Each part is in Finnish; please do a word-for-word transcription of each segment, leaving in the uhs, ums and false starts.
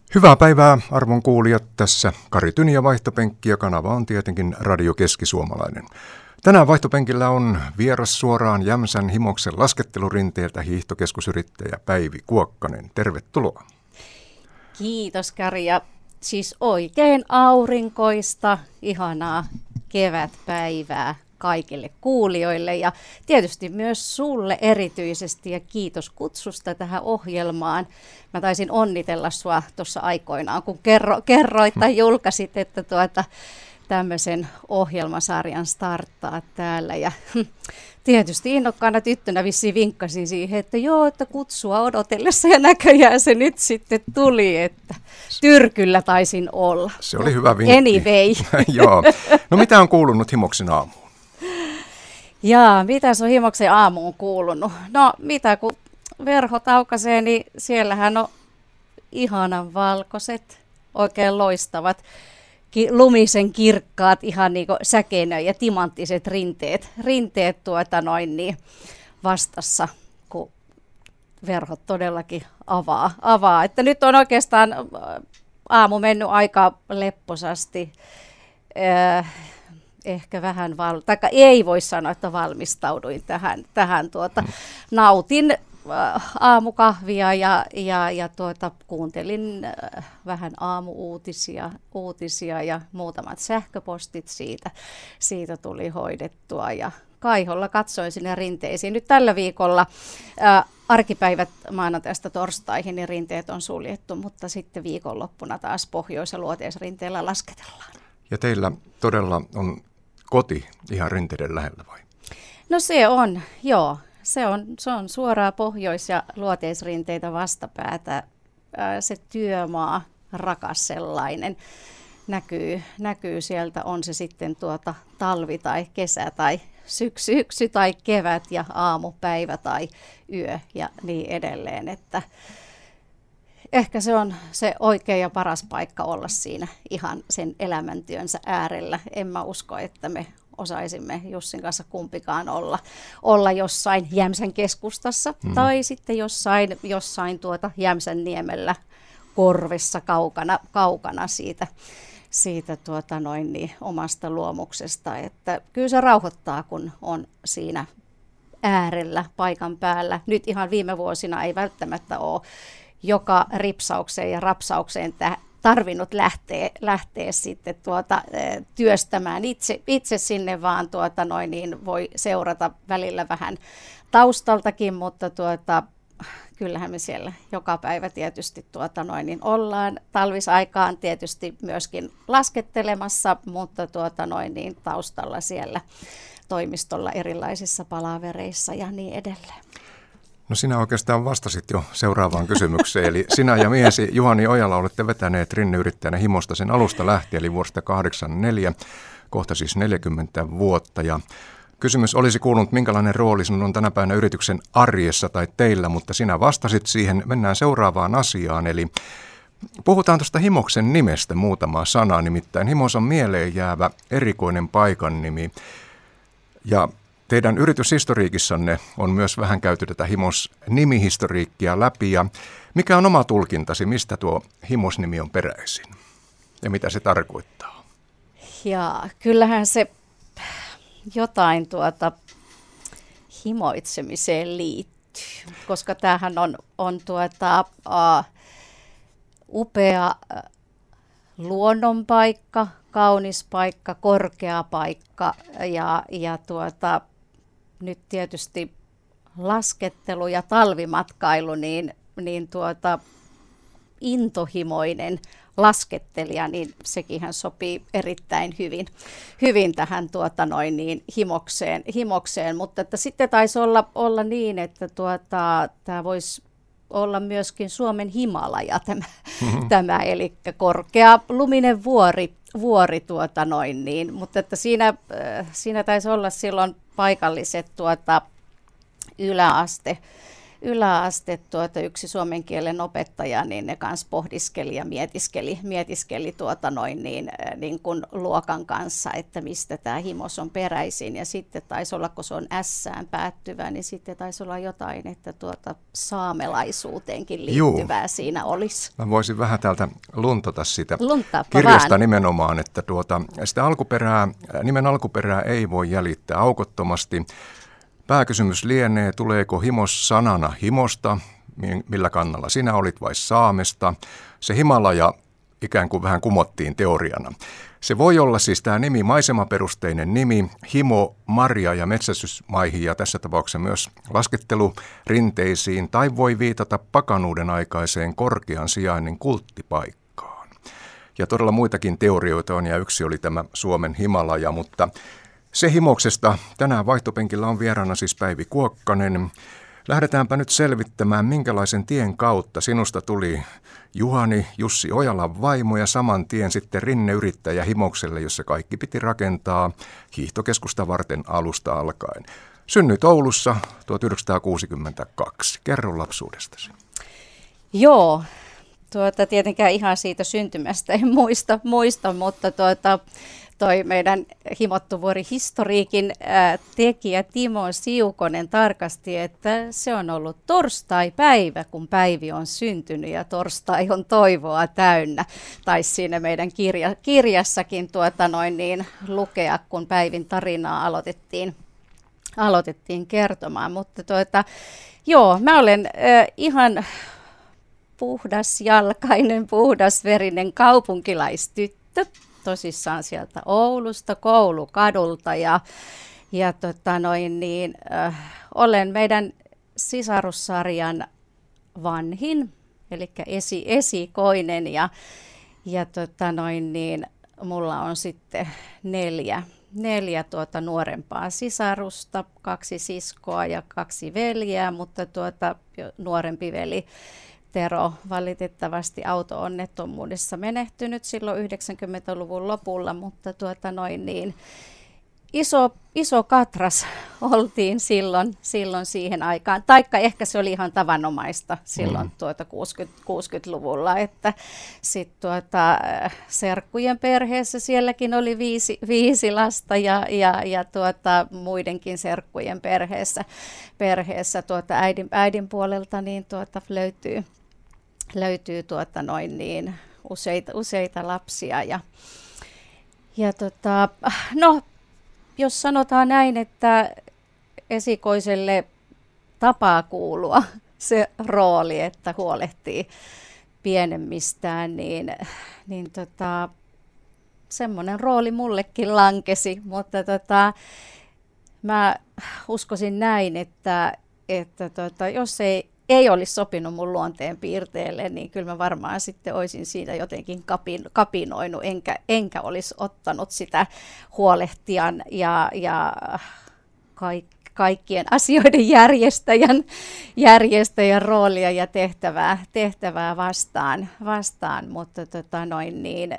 Hyvää päivää, arvon kuulijat. Tässä Kari Tyniä vaihtopenkki ja kanava on tietenkin Radio Keski-Suomalainen. Tänään vaihtopenkillä on vieras suoraan Jämsän Himoksen laskettelurinteeltä hiihtokeskusyrittäjä Päivi Kuokkanen. Tervetuloa. Kiitos Kari, ja siis oikein aurinkoista, ihanaa kevätpäivää kaikille kuulijoille ja tietysti myös sulle erityisesti, ja kiitos kutsusta tähän ohjelmaan. Mä taisin onnitella sua tuossa aikoinaan, kun kerro, kerroit tai julkaisit, että tuota, tämmöisen ohjelmasarjan starttaa täällä, ja tietysti innokkaana tyttönä vissiin vinkkasin siihen, että joo, että kutsua odotellessa, ja näköjään se nyt sitten tuli, että Tyrkyllä taisin olla. Se oli hyvä vinkki. Anyway. Joo. No mitä on kuulunut Himoksen aamuun? Jaa, mitä se on Himoksen aamuun kuulunut? No mitä, kun verho taukaisee, niin siellähän on ihanan valkoiset, oikein loistavat, ki- lumisen kirkkaat, ihan niin kuin säkenö- ja timanttiset rinteet, rinteet tuota noin niin vastassa, kun verhot todellakin avaa. avaa. Että nyt on oikeastaan aamu mennyt aika lepposasti. Äh, Ehkä vähän, val- taikka ei voi sanoa, että valmistauduin tähän, tähän tuota, nautin äh, aamukahvia ja, ja, ja tuota, kuuntelin äh, vähän aamu-uutisia uutisia ja muutamat sähköpostit siitä, siitä tuli hoidettua, ja kaiholla katsoin sinne rinteisiin. Nyt tällä viikolla äh, arkipäivät maanantaista torstaihin, niin rinteet on suljettu, mutta sitten viikonloppuna taas Pohjois- ja Luoteisrinteellä lasketellaan. Ja teillä todella on koti ihan rinteiden lähellä vai? No se on, joo. Se on, se on suoraa Pohjois- ja Luoteisrinteitä vastapäätä. Ää, se työmaa, rakas sellainen, näkyy, näkyy sieltä, on se sitten tuota talvi tai kesä tai syksy, syksy tai kevät ja aamupäivä tai yö ja niin edelleen, että ehkä se on se oikea ja paras paikka olla siinä ihan sen elämäntyönsä äärellä. En mä usko, että me osaisimme Jussin kanssa kumpikaan olla, olla jossain Jämsän keskustassa mm. tai sitten jossain, jossain tuota Jämsän niemellä korvessa kaukana, kaukana siitä, siitä tuota noin niin omasta luomuksesta. Että kyllä se rauhoittaa, kun on siinä äärellä paikan päällä. Nyt ihan viime vuosina ei välttämättä ole joka ripsaukseen ja rapsaukseen tä- tarvinnut lähteä, lähteä sitten tuota, e, työstämään itse, itse sinne, vaan tuota, noin, niin voi seurata välillä vähän taustaltakin, mutta tuota, kyllähän me siellä joka päivä tietysti tuota, noin, niin ollaan. Talvisaikaan tietysti myöskin laskettelemassa, mutta tuota, noin, niin taustalla siellä toimistolla erilaisissa palavereissa ja niin edelleen. No sinä oikeastaan vastasit jo seuraavaan kysymykseen, eli sinä ja miehesi Juhani Ojala olette vetäneet rinneyrittäjänä Himosta sen alusta lähtien, eli vuodesta kahdeksankymmentäneljä, kohta siis neljäkymmentä vuotta, ja kysymys olisi kuulunut, minkälainen rooli sinun on tänä päivänä yrityksen arjessa tai teillä, mutta sinä vastasit siihen. Mennään seuraavaan asiaan, eli puhutaan tuosta Himoksen nimestä muutama sana, nimittäin Himos on mieleen jäävä erikoinen paikan nimi, ja teidän yrityshistoriikissanne on myös vähän käyty tätä Himos-nimihistoriikkia läpi, ja mikä on oma tulkintasi, mistä tuo Himos-nimi on peräisin ja mitä se tarkoittaa? Ja kyllähän se jotain tuota himoitsemiseen liittyy, koska tämähän on, on tuota, uh, upea uh, luonnonpaikka, kaunis paikka, korkea paikka ja, ja tuota, nyt tietysti laskettelu ja talvimatkailu, niin, niin tuota, intohimoinen laskettelija, niin sekinhän sopii erittäin hyvin, hyvin tähän tuota noin niin himokseen, himokseen. Mutta että sitten taisi olla, olla niin, että tuota, tämä voisi olla myöskin Suomen Himalaja tämä, mm-hmm. tämä eli korkea luminen vuori, vuori tuota noin niin, mutta että siinä, siinä taisi olla silloin paikalliset tuota yläaste yläaste tuota, yksi suomen kielen opettaja, niin ne kanssa pohdiskeli ja mietiskeli, mietiskeli tuota noin niin, niin kuin luokan kanssa, että mistä tämä himos on peräisin. Ja sitten taisi olla, kun se on ässään päättyvä, niin sitten taisi olla jotain, että tuota saamelaisuuteenkin liittyvää Juu. siinä olisi. Mä voisin vähän täältä luntata sitä Luntaappa kirjasta vaan. nimenomaan, että tuota, sitä alkuperää, nimen alkuperää ei voi jäljittää aukottomasti. Pääkysymys lienee, tuleeko himos sanana himosta, millä kannalla sinä olit, vai saamesta. Se Himalaja ikään kuin vähän kumottiin teoriana. Se voi olla siis tämä nimi maisemaperusteinen nimi, himo, marja- ja metsästysmaihin ja tässä tapauksessa myös laskettelurinteisiin, tai voi viitata pakanuuden aikaiseen korkean sijainnin kulttipaikkaan. Ja todella muitakin teorioita on, ja yksi oli tämä Suomen Himalaja, mutta se himoksesta tänään vaihtopenkillä on vieraana siis Päivi Kuokkanen. Lähdetäänpä nyt selvittämään, minkälaisen tien kautta sinusta tuli Juhani Jussi Ojalan vaimo ja saman tien sitten rinneyrittäjä himokselle, jossa kaikki piti rakentaa hiihtokeskusta varten alusta alkaen. Synnyit Oulussa tuhatyhdeksänsataakuusikymmentäkaksi. Kerro lapsuudestasi. Joo, tuota, tietenkään ihan siitä syntymästä en muista, muista mutta tuota, toi meidän Himottuvuori historiikin ää, tekijä Timo Siukonen tarkasti, että se on ollut torstai-päivä, kun Päivi on syntynyt ja torstai on toivoa täynnä. Taisi siinä meidän kirja, kirjassakin tuota noin niin lukea, kun Päivin tarinaa aloitettiin, aloitettiin kertomaan. Mutta tuota, joo, mä olen äh, ihan puhdasjalkainen, puhdasverinen kaupunkilaistyttö. Tosissaan sieltä Oulusta, koulukadulta ja, ja tota noin niin, äh, olen meidän sisarussarjan vanhin, eli esi, esikoinen ja, ja tota noin niin, mulla on sitten neljä, neljä tuota nuorempaa sisarusta, kaksi siskoa ja kaksi veljeä, mutta tuota nuorempi veli Tero valitettavasti auto-onnettomuudessa menehtynyt silloin yhdeksänkymmentäluvun lopulla, mutta tuota noin niin, iso, iso katras oltiin silloin, silloin siihen aikaan, taikka ehkä se oli ihan tavanomaista silloin mm. tuota kuusikymmentä, kuusikymmentäluvulla, että sitten tuota, serkkujen perheessä sielläkin oli viisi, viisi lasta ja, ja, ja tuota, muidenkin serkkujen perheessä, perheessä tuota äidin, äidin puolelta niin tuota löytyy, löytyy tuota noin niin useita, useita lapsia ja, ja tota, no jos sanotaan näin, että esikoiselle tapaa kuulua se rooli, että huolehtii pienemmistään, niin, niin tota, semmoinen rooli mullekin lankesi, mutta tota, mä uskoisin näin, että, että tota, jos ei, ei olisi sopinut mun luonteen piirteelle, niin kyllä mä varmaan sitten olisin siitä jotenkin kapin, kapinoinut, enkä, enkä olisi ottanut sitä huolehtijan ja, ja kaik, kaikkien asioiden järjestäjän, järjestäjän roolia ja tehtävää, tehtävää vastaan, vastaan. Mutta tota noin niin,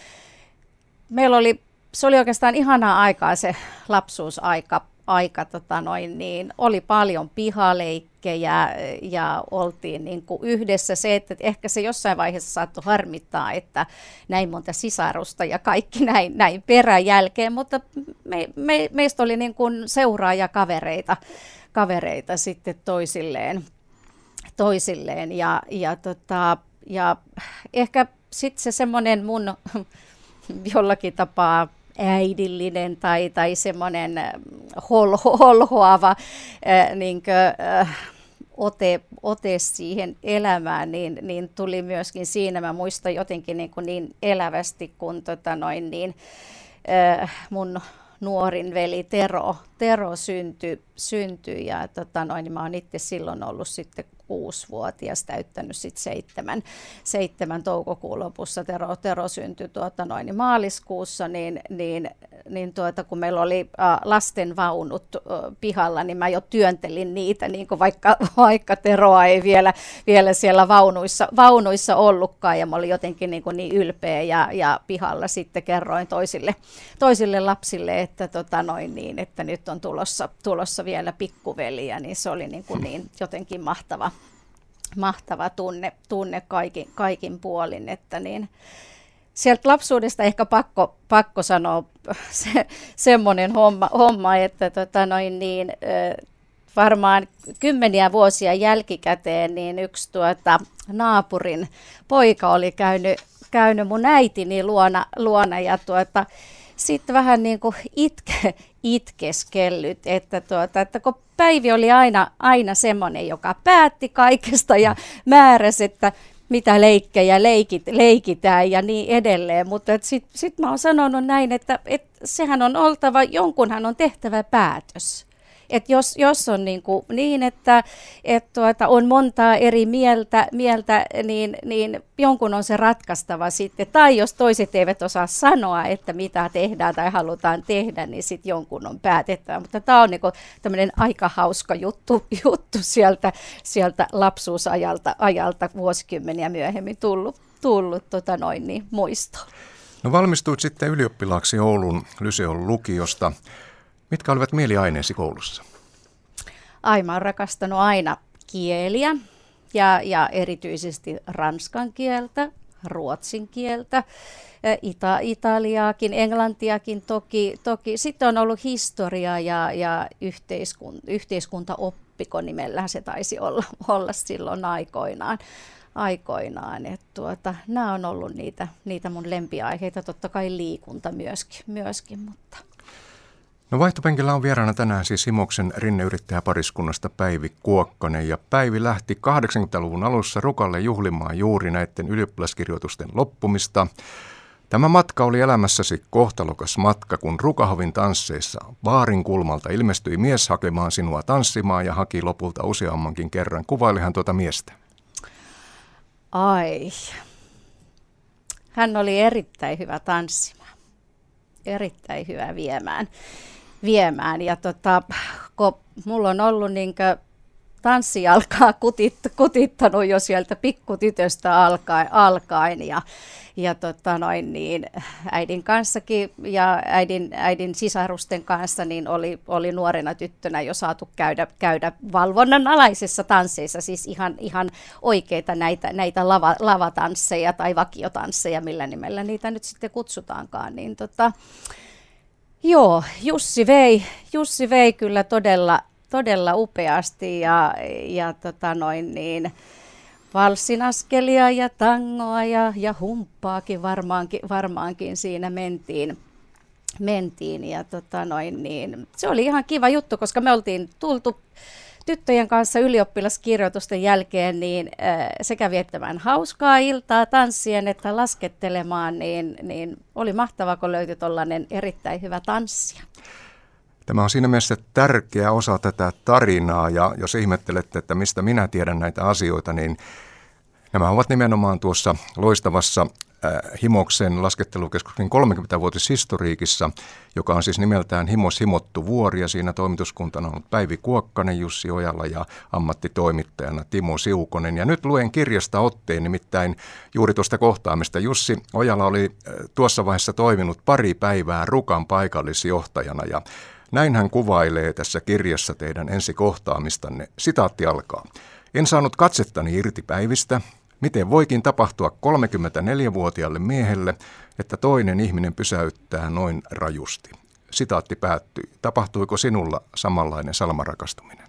meillä oli, se oli oikeastaan ihanaa aikaa se lapsuusaika. Aika, tota noin, niin, oli paljon pihaleikkejä ja oltiin niin kuin yhdessä. Se, että ehkä se jossain vaiheessa saattoi harmittaa, että näin monta sisarusta ja kaikki näin, näin peräjälkeen, mutta me, me, meistä oli niin kuin seuraajakavereita kavereita sitten toisilleen, toisilleen ja, ja, tota, ja ehkä sitten se semmoinen mun jollakin tapaa äidillinen tai, tai semmoinen holho, holhoava äh, niinkö, äh, ote, ote siihen elämään, niin, niin tuli myöskin siinä. Mä muistan jotenkin niin, kuin niin elävästi, kun tota noin, niin, äh, mun nuorin veli Tero, Tero syntyi, syntyi ja tota noin, niin mä oon itse silloin ollut sitten kuusivuotias, täyttänyt sitten seitsemän, seitsemän toukokuun lopussa. Tero, Tero syntyi tuota noin, niin maaliskuussa, niin, niin, niin tuota, kun meillä oli äh, lastenvaunut äh, pihalla, niin mä jo työntelin niitä, niin kuin vaikka, vaikka Teroa ei vielä, vielä siellä vaunuissa, vaunuissa ollutkaan, ja mä olin jotenkin niin, kuin niin ylpeä, ja, ja pihalla sitten kerroin toisille, toisille lapsille, että, tota noin, niin, että nyt on tulossa, tulossa kanssa vielä pikkuveliä, niin se oli niin, kuin niin jotenkin mahtava, mahtava tunne, tunne kaikin, kaikin puolin, että niin sieltä lapsuudesta ehkä pakko, pakko sanoa se, semmoinen homma, homma, että tota noin niin, varmaan kymmeniä vuosia jälkikäteen niin yksi tuota, naapurin poika oli käynyt, käynyt mun äitini luona, luona ja tuota, sitten vähän niin kuin itke, itkeskellyt, että, tuota, että kun Päivi oli aina, aina semmoinen, joka päätti kaikesta ja määräsi, että mitä leikkejä leikit, leikitään ja niin edelleen, mutta sitten sit mä oon sanonut näin, että et sehän on oltava, jonkunhan on tehtävä päätös. Et jos, jos on niin, kuin niin että et tuota, on montaa eri mieltä, mieltä niin, niin jonkun on se ratkaistava sitten. Tai jos toiset eivät osaa sanoa, että mitä tehdään tai halutaan tehdä, niin sitten jonkun on päätettävä. Mutta tämä on niin kuin tämmöinen aika hauska juttu, juttu sieltä, sieltä lapsuusajalta ajalta vuosikymmeniä myöhemmin tullut, tullut tota noin, niin, muistoon. No valmistuit sitten ylioppilaaksi Oulun Lyseon lukiosta. Mitkä olivat mieliaineesi koulussa? Ai, mä oon rakastanut aina kieliä ja, ja erityisesti ranskan kieltä, ruotsin kieltä, ita, italiaakin, englantiakin toki. toki. Sitten on ollut historia ja, ja yhteiskun, yhteiskuntaoppiko nimellähän se taisi olla, olla silloin aikoinaan. aikoinaan. Et tuota, nämä on ollut niitä, niitä mun lempiaiheita, totta kai liikunta myöskin, myöskin mutta... No vaihtopenkillä on vieraana tänään siis Himoksen rinneyrittäjäpariskunnasta Päivi Kuokkanen. Ja Päivi lähti kahdeksankymmentäluvun alussa Rukalle juhlimaan juuri näiden ylioppilaskirjoitusten loppumista. Tämä matka oli elämässäsi kohtalokas matka, kun Rukahovin tansseissa baarin kulmalta ilmestyi mies hakemaan sinua tanssimaan ja haki lopulta useammankin kerran. Kuvailihan tuota miestä. Ai, hän oli erittäin hyvä tanssimaan, erittäin hyvä viemään. viemään. Ja tota, kun mulla on ollut niinkö tanssijalkaa kutit, kutittanut jo sieltä pikkutytöstä alkaen, alkaen ja, ja tota noin niin, äidin kanssakin ja äidin, äidin sisarusten kanssa niin oli, oli nuorena tyttönä jo saatu käydä, käydä valvonnan alaisissa tansseissa, siis ihan, ihan oikeita näitä, näitä lava, lavatansseja tai vakiotansseja, millä nimellä niitä nyt sitten kutsutaankaan, niin tota, joo, Jussi vei, Jussi vei kyllä todella, todella upeasti ja, ja tota noin niin, valssinaskelia ja tangoa ja, ja humppaakin varmaankin, varmaankin siinä mentiin. mentiin ja tota noin niin, se oli ihan kiva juttu, koska me oltiin tultu tyttöjen kanssa ylioppilaskirjoitusten jälkeen niin äh, sekä viettämään hauskaa iltaa tanssien että laskettelemaan, niin, niin oli mahtavaa, kun löytyi tollainen erittäin hyvä tanssija. Tämä on siinä mielessä tärkeä osa tätä tarinaa, ja jos ihmettelette, että mistä minä tiedän näitä asioita, niin nämä ovat nimenomaan tuossa loistavassa Himoksen laskettelukeskuksen kolmekymmentävuotishistoriikissa, joka on siis nimeltään Himos himottu vuori, ja siinä toimituskuntana on Päivi Kuokkanen, Jussi Ojala ja ammattitoimittajana Timo Siukonen. Ja nyt luen kirjasta otteen, nimittäin juuri tuosta kohtaamista. Jussi Ojala oli tuossa vaiheessa toiminut pari päivää Rukan paikallisjohtajana, ja näin hän kuvailee tässä kirjassa teidän ensikohtaamistanne. Sitaatti alkaa. En saanut katsettani irti Päivistä. Miten voikin tapahtua kolmekymmentäneljävuotiaalle miehelle, että toinen ihminen pysäyttää noin rajusti? Sitaatti päättyy. Tapahtuiko sinulla samanlainen salamarakastuminen?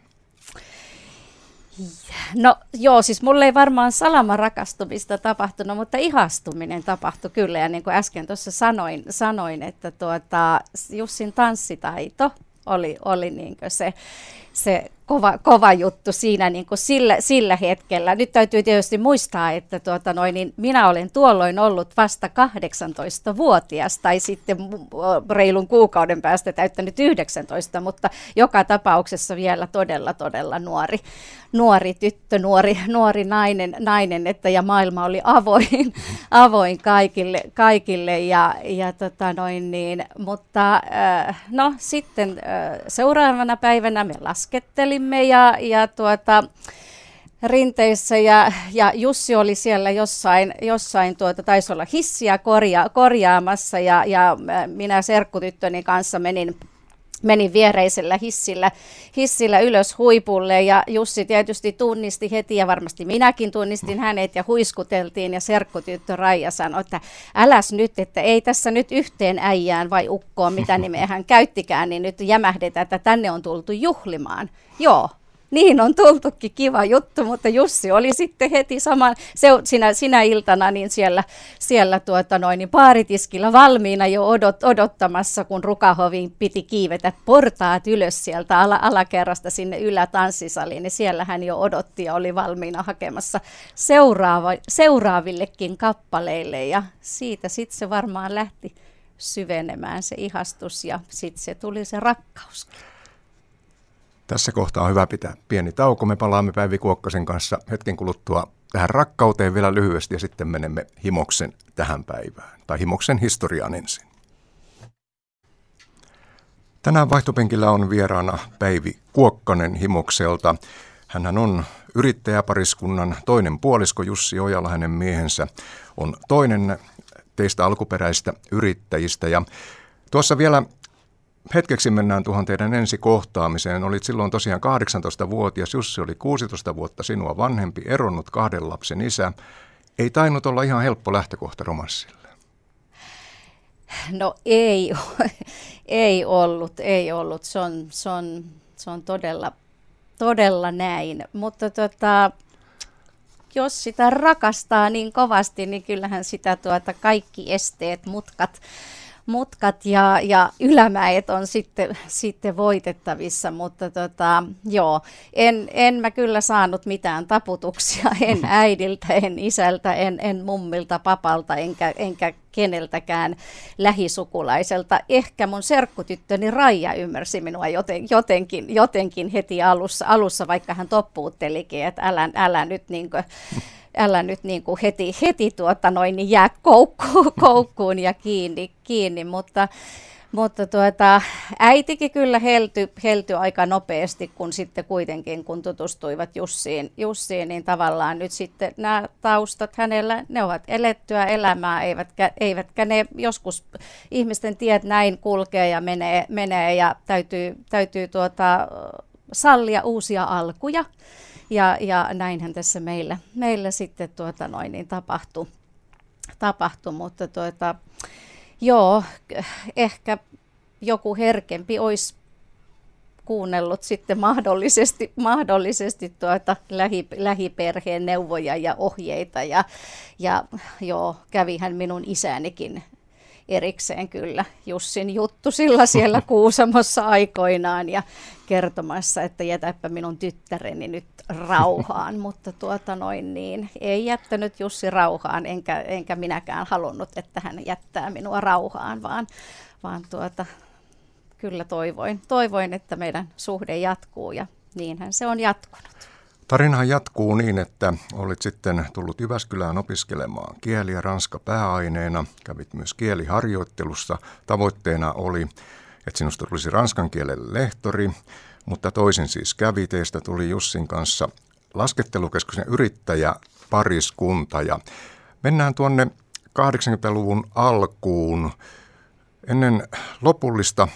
No joo, siis mulle ei varmaan salamarakastumista tapahtunut, mutta ihastuminen tapahtui kyllä. Ja niin kuin äsken tuossa sanoin, sanoin että tuota, Jussin tanssitaito oli, oli niin kuin se... se kova, kova juttu siinä niin kuin sillä, sillä hetkellä. Nyt täytyy tietysti muistaa, että tuota noin, niin minä olen tuolloin ollut vasta kahdeksantoistavuotias tai sitten reilun kuukauden päästä täyttänyt yhdeksäntoista, mutta joka tapauksessa vielä todella, todella nuori, nuori tyttö, nuori, nuori nainen, nainen että, ja maailma oli avoin, avoin kaikille, kaikille ja, ja tota noin niin, mutta äh, no sitten äh, seuraavana päivänä me laskettelimme ja, ja tuota, rinteissä ja, ja Jussi oli siellä jossain, jossain tuota, taisi olla hissiä korja, korjaamassa ja, ja minä serkkutyttöni kanssa menin, Menin viereisellä hissillä, hissillä ylös huipulle ja Jussi tietysti tunnisti heti ja varmasti minäkin tunnistin hänet ja huiskuteltiin ja serkkutyttö Raija sanoi, että äläs nyt, että ei tässä nyt yhteen äijään vai ukkoon, mitä nimeä hän käyttikään, niin nyt jämähdetään, että tänne on tultu juhlimaan. Joo. Niin on tultukin, kiva juttu, mutta Jussi oli sitten heti saman, se, sinä, sinä iltana niin siellä, siellä tuota noin, niin baaritiskillä valmiina jo odot, odottamassa, kun Rukahoviin piti kiivetä portaat ylös sieltä ala, alakerrasta sinne ylätanssisaliin, niin siellä hän jo odotti ja oli valmiina hakemassa seuraava, seuraavillekin kappaleille ja siitä sitten se varmaan lähti syvenemään se ihastus ja sitten se tuli se rakkaus. Tässä kohtaa on hyvä pitää pieni tauko. Me palaamme Päivi Kuokkasen kanssa hetken kuluttua tähän rakkauteen vielä lyhyesti ja sitten menemme Himoksen tähän päivään, tai Himoksen historiaan ensin. Tänään vaihtopenkillä on vieraana Päivi Kuokkanen Himokselta. Hänhän on yrittäjäpariskunnan toinen puolisko, Jussi Ojala, hänen miehensä on toinen teistä alkuperäistä yrittäjistä. Ja tuossa vielä hetkeksi mennään tuohon teidän ensikohtaamiseen. Olit silloin tosiaan kahdeksantoistavuotias, Jussi oli kuusitoista vuotta sinua vanhempi, eronnut kahden lapsen isä. Ei tainnut olla ihan helppo lähtökohta romanssille. No ei, ei ollut, ei ollut. Se on, se on, se on todella, todella näin. Mutta tota, jos sitä rakastaa niin kovasti, niin kyllähän sitä tuota kaikki esteet, mutkat, Mutkat ja, ja ylämäet on sitten, sitten voitettavissa, mutta tota, joo, en, en mä kyllä saanut mitään taputuksia, en äidiltä, en isältä, en, en mummilta, papalta, enkä, enkä keneltäkään lähisukulaiselta. Ehkä mun serkkutyttöni Raija ymmärsi minua joten, jotenkin, jotenkin heti alussa, alussa, vaikka hän toppuuttelikin, että älä, älä nyt niinkö... Älä nyt niin kuin heti, heti tuota noin, niin jää koukkuun, koukkuun ja kiinni, kiinni. mutta, mutta tuota, äitikin kyllä heltyi helty aika nopeasti, kun sitten kuitenkin kun tutustuivat Jussiin, Jussiin, niin tavallaan nyt sitten nämä taustat hänellä, ne ovat elettyä elämää, eivätkä, eivätkä ne joskus ihmisten tiet näin kulkee ja menee, menee ja täytyy, täytyy tuota, sallia uusia alkuja. Ja, ja näinhän tässä meillä, meillä sitten tuota noin, niin tapahtui, tapahtui, mutta tuota, joo, ehkä joku herkempi olisi kuunnellut sitten mahdollisesti, mahdollisesti tuota lähi, lähiperheen neuvoja ja ohjeita ja, ja joo, kävihän minun isänikin erikseen kyllä Jussin juttusilla siellä Kuusamossa aikoinaan ja kertomassa, että jätäpä minun tyttäreni nyt rauhaan, mutta tuota noin niin, ei jättänyt Jussi rauhaan, enkä, enkä minäkään halunnut, että hän jättää minua rauhaan, vaan, vaan tuota, kyllä toivoin, toivoin, että meidän suhde jatkuu ja niinhän se on jatkunut. Tarinahan jatkuu niin, että olit sitten tullut Jyväskylään opiskelemaan kieliä ranska pääaineena, kävit myös kieliharjoittelussa. Tavoitteena oli, että sinusta tulisi ranskan kielen lehtori, mutta toisin siis kävi. Teistä tuli Jussin kanssa laskettelukeskuksen yrittäjäpariskunta. Ja mennään tuonne kahdeksankymmentäluvun alkuun. Ennen lopullista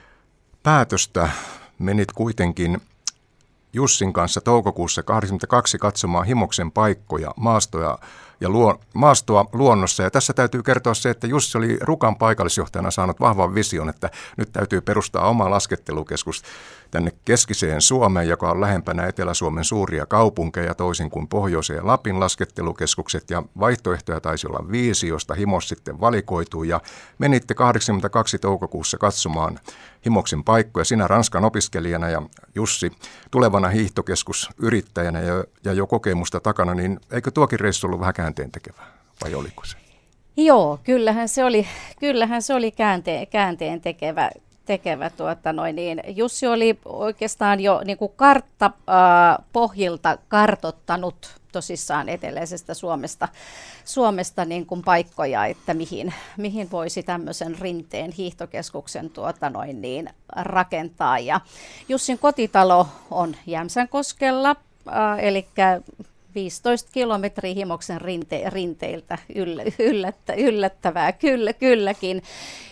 päätöstä menit kuitenkin Jussin kanssa toukokuussa kahdeksankymmentäkaksi katsomaan Himoksen paikkoja, maastoja ja luo, maastoa luonnossa. Ja tässä täytyy kertoa se, että Jussi oli Rukan paikallisjohtajana saanut vahvan vision, että nyt täytyy perustaa oma laskettelukeskus tänne keskiseen Suomeen, joka on lähempänä Etelä-Suomen suuria kaupunkeja, toisin kuin Pohjoisen ja Lapin laskettelukeskukset. Ja vaihtoehtoja taisi olla viisi, josta Himos sitten valikoitui. Ja menitte kahdeksankymmentäkaksi toukokuussa katsomaan Himoksen paikkoja, sinä Ranskan opiskelijana ja Jussi tulevana hiihtokeskusyrittäjänä ja, ja jo kokemusta takana, niin eikö tuokin reissu ollut vähän käänteentekevää, vai oliko se? Joo, kyllähän se oli, kyllähän se oli käänteen, käänteen tekevä, tekevä tuota noin niin. Jussi oli oikeastaan jo niin kuin kartta äh, pohjilta kartottanut tosissaan eteläisestä Suomesta, Suomesta niin kuin paikkoja, että mihin, mihin voisi tämmöisen rinteen hiihtokeskuksen tuota noin niin rakentaa. Ja Jussin kotitalo on Jämsänkoskella, äh, eli viisitoista kilometriä Himoksen rinte, rinteiltä, Yllä, yllättä, yllättävää, kyllä, kylläkin.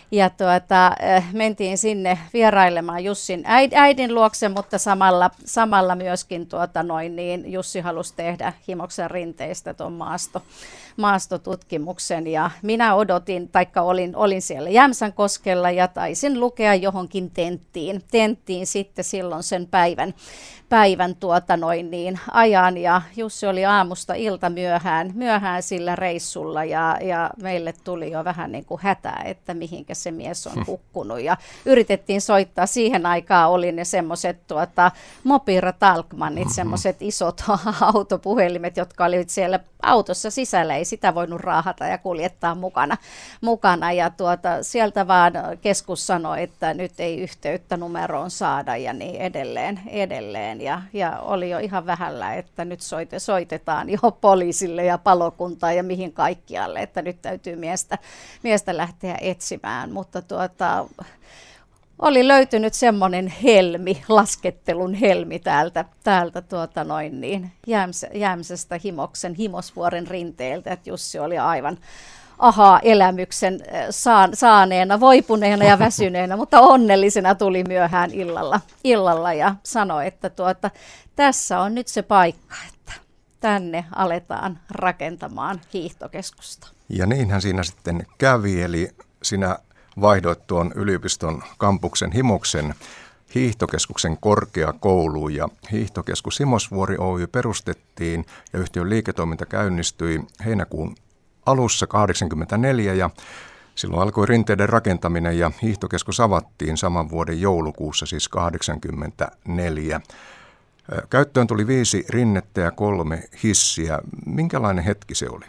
ja tuota, mentiin sinne vierailemaan Jussin äidin luokse, mutta samalla, samalla myöskin tuota noin, niin Jussi halusi tehdä Himoksen rinteistä tuon maasto, maastotutkimuksen ja minä odotin, taikka olin, olin siellä Jämsänkoskella ja taisin lukea johonkin tenttiin, tenttiin sitten silloin sen päivän, päivän tuota noin niin ajan ja Jussi oli aamusta ilta myöhään, myöhään sillä reissulla ja, ja meille tuli jo vähän niin kuin hätää, että mihinkä se mies on hukkunut ja yritettiin soittaa, siihen aikaan oli ne semmoiset tuota, Mopira Talkmanit, mm-hmm. semmoiset isot autopuhelimet, jotka olivat siellä autossa sisällä, ei sitä voinut raahata ja kuljettaa mukana, mukana. ja tuota, sieltä vaan keskus sanoi, että nyt ei yhteyttä numeroon saada ja niin edelleen, edelleen. Ja, ja oli jo ihan vähällä, että nyt soite, soitetaan jo poliisille ja palokuntaan ja mihin kaikkialle, että nyt täytyy miestä, miestä lähteä etsimään, mutta tuota, oli löytynyt semmoinen helmi, laskettelun helmi täältä, täältä tuota noin niin, Jämsä, Jämsästä Himoksen Himosvuoren rinteeltä, että Jussi oli aivan ahaa-elämyksen saaneena, voipuneena ja väsyneenä, mutta onnellisena tuli myöhään illalla, illalla ja sanoi, että tuota, tässä on nyt se paikka, että tänne aletaan rakentamaan hiihtokeskusta. Ja niinhän siinä sitten kävi, eli sinä vaihdoit tuon yliopiston kampuksen Himoksen hiihtokeskuksen korkeakouluun ja hiihtokeskus Himosvuori Oy perustettiin ja yhtiön liiketoiminta käynnistyi heinäkuun alussa kahdeksankymmentäneljä ja silloin alkoi rinteiden rakentaminen ja hiihtokeskus avattiin saman vuoden joulukuussa, siis kahdeksankymmentäneljä. Käyttöön tuli viisi rinnettä ja kolme hissiä. Minkälainen hetki se oli?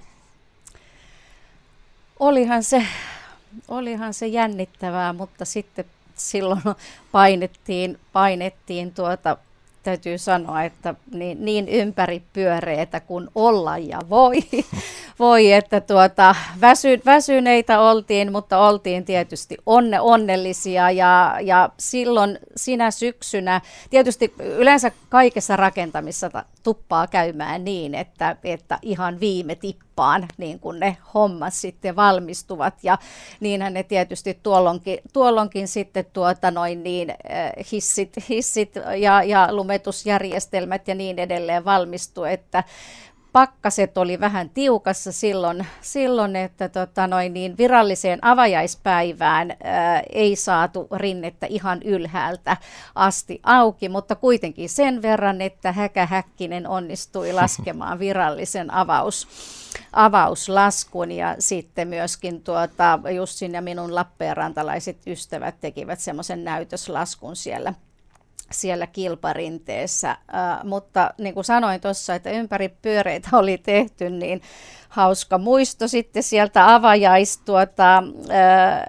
Olihan se, olihan se jännittävää, mutta sitten silloin painettiin, painettiin tuota, täytyy sanoa, että niin, niin ympäripyöreitä kuin olla ja voi, voi että tuota, väsy, väsyneitä oltiin, mutta oltiin tietysti onne, onnellisia ja, ja silloin sinä syksynä, tietysti yleensä kaikessa rakentamissa tuppaa käymään niin, että, että ihan viime tippaan niin kun ne hommat sitten valmistuvat ja niinhän ne tietysti tuollonkin, tuollonkin sitten tuota noin niin, hissit, hissit ja, ja lumetusjärjestelmät ja niin edelleen valmistu, että pakkaset oli vähän tiukassa silloin, silloin että tota noin niin viralliseen avajaispäivään ää, ei saatu rinnettä ihan ylhäältä asti auki, mutta kuitenkin sen verran, että Häkä Häkkinen onnistui laskemaan virallisen avaus, avauslaskun ja sitten myöskin tuota, Jussin ja minun lappeenrantalaiset ystävät tekivät semmoisen näytöslaskun siellä. siellä kilparinteessä, äh, mutta niin kuin sanoin tuossa, että ympäri pyöreitä oli tehty, niin hauska muisto sitten sieltä avajais tuota, äh,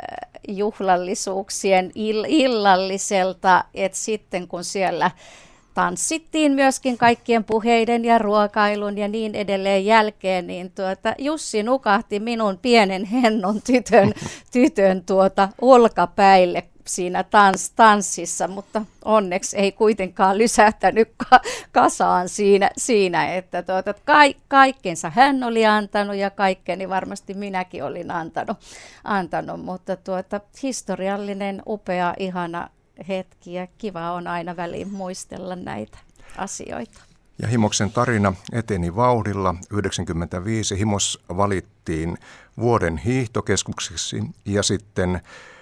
juhlallisuuksien ill- illalliselta, että sitten kun siellä tanssittiin myöskin kaikkien puheiden ja ruokailun ja niin edelleen jälkeen, niin tuota, Jussi nukahti minun pienen hennon tytön, tytön tuota olkapäille siinä tans, tanssissa, mutta onneksi ei kuitenkaan lysähtänyt ka- kasaan siinä, siinä että tuota, ka- kaikkensa hän oli antanut ja kaikkeni varmasti minäkin olin antanut, antanut mutta tuota, historiallinen, upea, ihana hetki ja kiva on aina väliin muistella näitä asioita. Ja Himoksen tarina eteni vauhdilla. yhdeksänkymmentäviisi Himos valittiin vuoden hiihtokeskukseksi ja sitten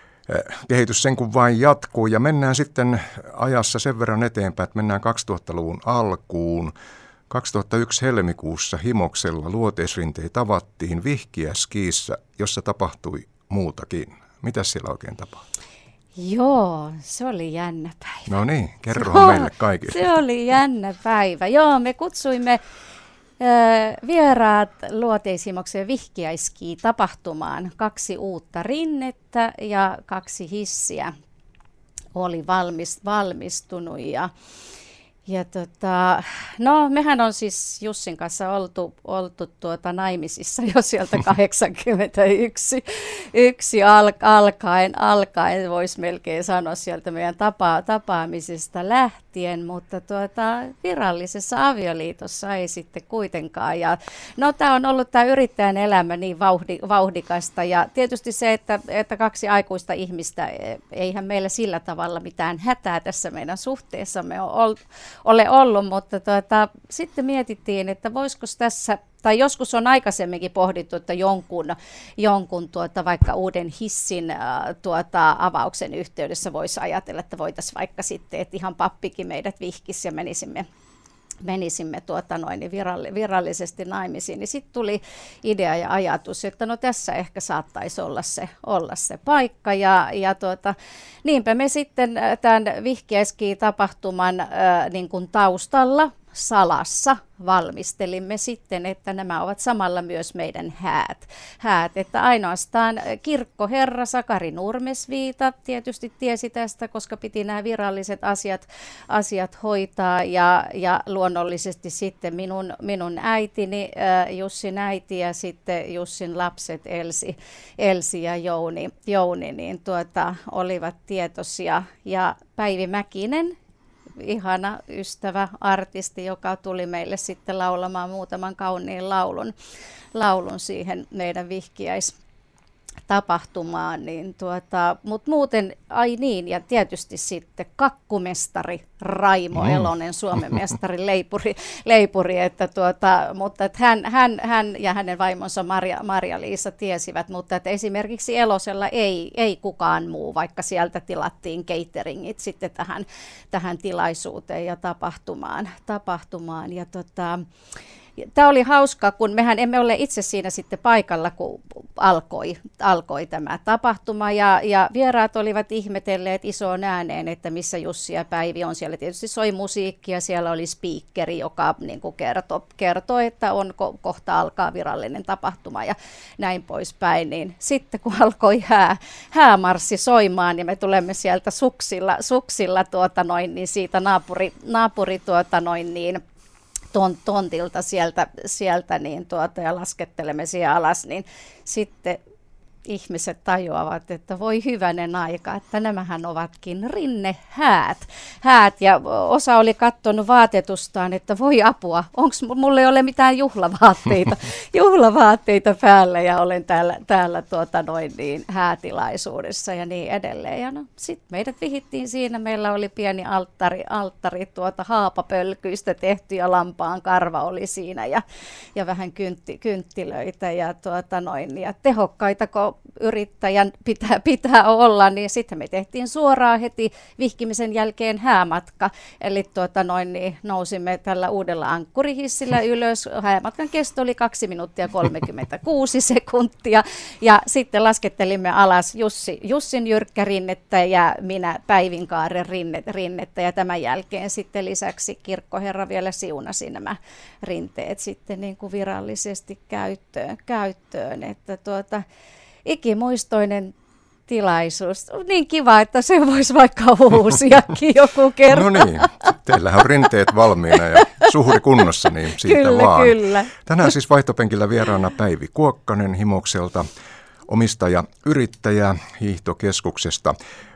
kehitys sen kun vain jatkuu ja mennään sitten ajassa sen verran eteenpäin, että mennään kaksituhattaluvun alkuun. kaksituhattayksi helmikuussa Himoksella luoteisrinteitä avattiin Vihkiäskiissä, jossa tapahtui muutakin. Mitäs siellä oikein tapahtui? Joo, se oli jännä päivä. No niin, kerrohan meille kaikille. Se oli jännä päivä. Joo, me kutsuimme äh, vieraat Luoteis-Himoksen Vihkiäiskiin tapahtumaan. Kaksi uutta rinnettä ja kaksi hissiä oli valmist, valmistunut ja Ja tota, no mehän on siis Jussin kanssa oltu, oltu tuota naimisissa jo sieltä kahdeksankymmentäyksi yksi al, alkaen, alkaen voisi melkein sanoa sieltä meidän tapa, tapaamisesta lähtien, mutta tuota, virallisessa avioliitossa ei sitten kuitenkaan. Ja, no tämä on ollut tämä yrittäjän elämä niin vauhdi, vauhdikasta ja tietysti se, että, että kaksi aikuista ihmistä, eihän meillä sillä tavalla mitään hätää tässä meidän suhteessamme ole ole ollut, mutta tuota, sitten mietittiin, että voisiko tässä, tai joskus on aikaisemminkin pohdittu, että jonkun, jonkun tuota, vaikka uuden hissin äh, tuota, avauksen yhteydessä voisi ajatella, että voitaisiin vaikka sitten, että ihan pappikin meidät vihkisi ja menisimme menisimme tuota noin, niin viralli, virallisesti naimisiin, niin sitten tuli idea ja ajatus, että no tässä ehkä saattaisi olla se, olla se paikka. Ja, ja tuota, niinpä me sitten tämän vihkiäiski-tapahtuman äh, niin kuin taustalla salassa valmistelimme sitten, että nämä ovat samalla myös meidän häät. häät että ainoastaan kirkkoherra Sakari Nurmesviita tietysti tiesi tästä, koska piti nämä viralliset asiat, asiat hoitaa ja, ja luonnollisesti sitten minun, minun äitini, äh, Jussin äiti ja sitten Jussin lapset Elsi, Elsi ja Jouni, Jouni niin tuota, olivat tietoisia ja Päivi Mäkinen, ihana ystävä, artisti, joka tuli meille sitten laulamaan muutaman kauniin laulun, laulun siihen meidän vihkiäistapahtumaan. Niin tuota, mutta muuten, ai niin, ja tietysti sitten kakkumestari Raimo mm. Elonen, Suomen mestari leipuri, leipuri että tuota, mutta että hän, hän, hän ja hänen vaimonsa Marja, Marja-Liisa tiesivät, mutta että esimerkiksi Elosella ei, ei kukaan muu, vaikka sieltä tilattiin cateringit sitten tähän, tähän tilaisuuteen ja tapahtumaan. tapahtumaan ja tota, tämä oli hauskaa, kun mehän emme ole itse siinä sitten paikalla, kun alkoi, alkoi tämä tapahtuma. Ja, ja vieraat olivat ihmetelleet isoon ääneen, että missä Jussi ja Päivi on. Siellä tietysti soi musiikkia, siellä oli speakeri, joka niin kuin kertoi, kertoi, että on ko- kohta alkaa virallinen tapahtuma ja näin poispäin. Niin sitten kun alkoi hää, häämarssi soimaan ja me tulemme sieltä suksilla, suksilla tuota noin, niin siitä naapuri, naapuri tuota noin niin, tontilta sieltä, sieltä niin tuota, ja laskettelemme siihen alas, niin sitten ihmiset tajuavat, että voi hyvänen aika, että nämähän ovatkin rinnehäät. Häät, ja osa oli katsonut vaatetustaan, että voi apua, onko mulla ei ole mitään juhlavaatteita, juhlavaatteita päällä ja olen täällä, täällä tuota noin niin, häätilaisuudessa ja niin edelleen. Ja no, sitten meidät vihittiin siinä, meillä oli pieni alttari, alttari tuota haapapölkyistä tehty ja lampaan karva oli siinä ja, ja vähän kyntti, kynttilöitä ja, tuota noin, ja tehokkaita, kun yrittäjän pitää, pitää olla, niin sitten me tehtiin suoraan heti vihkimisen jälkeen häämatka. Eli tuota noin, niin nousimme tällä uudella ankkurihissillä ylös. Häämatkan kesto oli kaksi minuuttia kolmekymmentäkuusi sekuntia. Ja sitten laskettelimme alas Jussi, Jussin jyrkkärinnettä ja minä Päivinkaaren rinnet, rinnettä. Ja tämän jälkeen sitten lisäksi kirkkoherra vielä siunasi nämä rinteet sitten niin kuin virallisesti käyttöön. käyttöön. Että tuota, ikimuistoinen tilaisuus. Niin kiva, että se voisi vaikka uusiakin joku kerta. No niin, teillähän on rinteet valmiina ja suhri kunnossa, niin siitä kyllä, vaan. Kyllä. Tänään siis vaihtopenkillä vieraana Päivi Kuokkanen Himokselta, omistaja, yrittäjä hiihtokeskuksesta.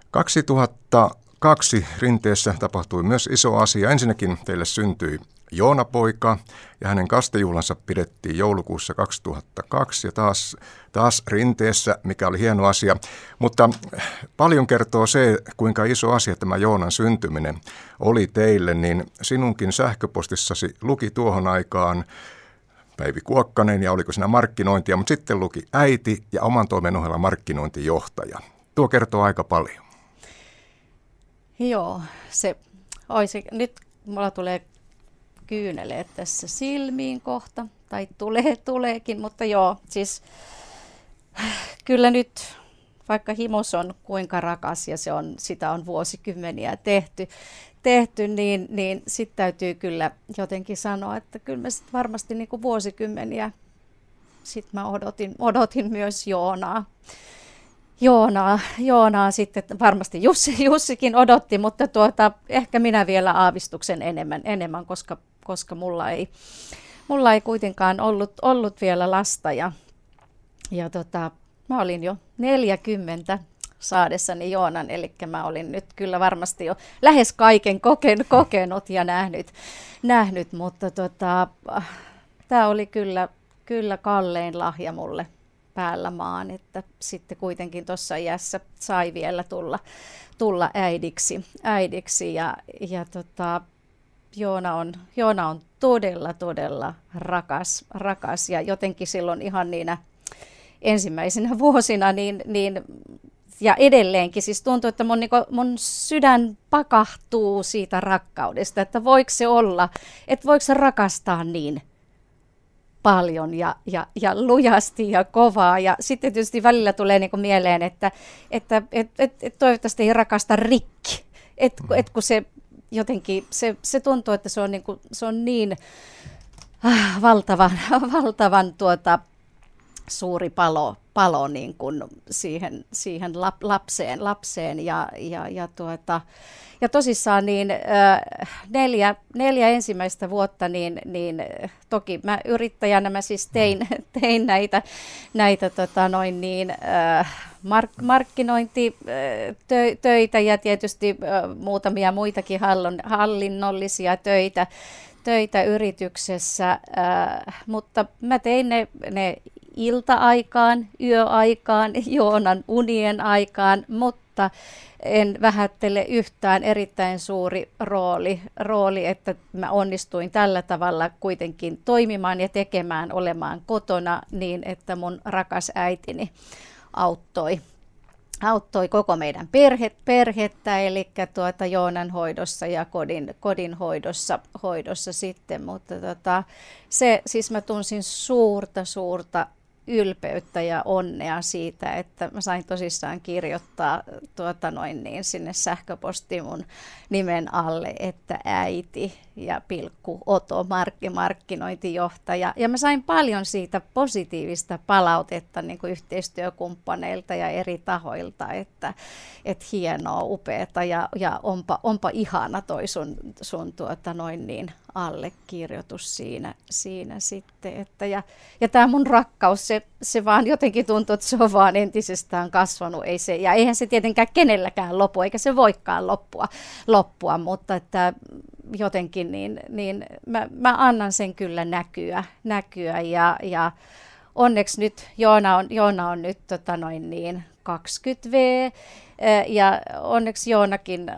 kaksituhattakaksi rinteessä tapahtui myös iso asia. Ensinnäkin teille syntyi Joona-poika ja hänen kastejuhlansa pidettiin joulukuussa kaksituhattakaksi ja taas, taas rinteessä, mikä oli hieno asia. Mutta paljon kertoo se, kuinka iso asia tämä Joonan syntyminen oli teille, niin sinunkin sähköpostissasi luki tuohon aikaan Päivi Kuokkanen ja oliko siinä markkinointia, mutta sitten luki äiti ja oman toimen ohella markkinointijohtaja. Tuo kertoo aika paljon. Joo, se olisi, nyt mulla tulee kyyneleet tässä silmiin kohta, tai tulee, tuleekin, mutta joo, siis kyllä nyt, vaikka himos on kuinka rakas ja se on, sitä on vuosikymmeniä tehty, tehty niin, niin sitten täytyy kyllä jotenkin sanoa, että kyllä mä sit varmasti niin kuin vuosikymmeniä sitten mä odotin, odotin myös Joonaa. Joonaa, Joonaa sitten varmasti Jussi, Jussikin odotti, mutta tuota, ehkä minä vielä aavistuksen enemmän, enemmän koska, koska mulla, ei, mulla ei kuitenkaan ollut, ollut vielä lasta. Ja, ja tota, mä olin jo neljäkymmentä saadessani Joonan, eli mä olin nyt kyllä varmasti jo lähes kaiken kokenut, kokenut ja nähnyt, nähnyt mutta tota, tämä oli kyllä, kyllä kallein lahja mulle päällä maan, että sitten kuitenkin tuossa iässä sai vielä tulla, tulla äidiksi, äidiksi ja, ja tota, Joona, on, Joona on todella, todella rakas, rakas ja jotenkin silloin ihan niinä ensimmäisenä vuosina niin, niin ja edelleenkin siis tuntuu, että mun, niin kuin, mun sydän pakahtuu siitä rakkaudesta, että voiko se olla, että voiko se rakastaa niin paljon ja, ja, ja lujasti ja kovaa. Ja sitten tietysti välillä tulee niin kuin mieleen, että, että et, et, et toivottavasti ei rakasta rikki. Et, mm. et kun se jotenkin, se, se tuntuu, että se on niin, kuin, se on niin ah, valtavan, valtavan tuota, suuri palo, palo niin kuin siihen, siihen lap, lapseen, lapseen ja, ja, ja, tuota, ja tosissaan niin äh, neljä, neljä ensimmäistä vuotta, niin, niin toki mä yrittäjänä mä siis tein, tein näitä, näitä tota noin niin, äh, mark, markkinointitöitä ja tietysti äh, muutamia muitakin hallin, hallinnollisia töitä, töitä yrityksessä, äh, mutta mä tein ne, ne ilta-aikaan, yöaikaan, Joonan unien aikaan, mutta en vähättele yhtään, erittäin suuri rooli, rooli, että mä onnistuin tällä tavalla kuitenkin toimimaan ja tekemään, olemaan kotona niin, että mun rakas äitini auttoi. auttoi koko meidän perhe, perhettä, eli tuota Joonan hoidossa ja kodin, kodin hoidossa, hoidossa sitten, mutta tota, se, siis mä tunsin suurta, suurta ylpeyttä ja onnea siitä, että mä sain tosissaan kirjoittaa tuota noin niin sinne sähköpostiin mun nimen alle, että äiti ja pilkku Oto, mark- markkinointijohtaja. Ja mä sain paljon siitä positiivista palautetta niin kuin yhteistyökumppaneilta ja eri tahoilta, että, että hienoa, upeata ja, ja onpa, onpa ihana toi sun, sun tuota noin niin allekirjoitus siinä, siinä sitten. Että ja, ja tämä mun rakkaus, se, se vaan jotenkin tuntuu, että se on vaan entisestään kasvanut. Ei se, ja eihän se tietenkään kenelläkään lopu, eikä se voikaan loppua, loppua mutta että jotenkin niin, niin mä, mä annan sen kyllä näkyä, näkyä ja, ja onneksi nyt Joona on, Joona on nyt tota noin niin kaksikymmentä vuotta ja onneksi Joonakin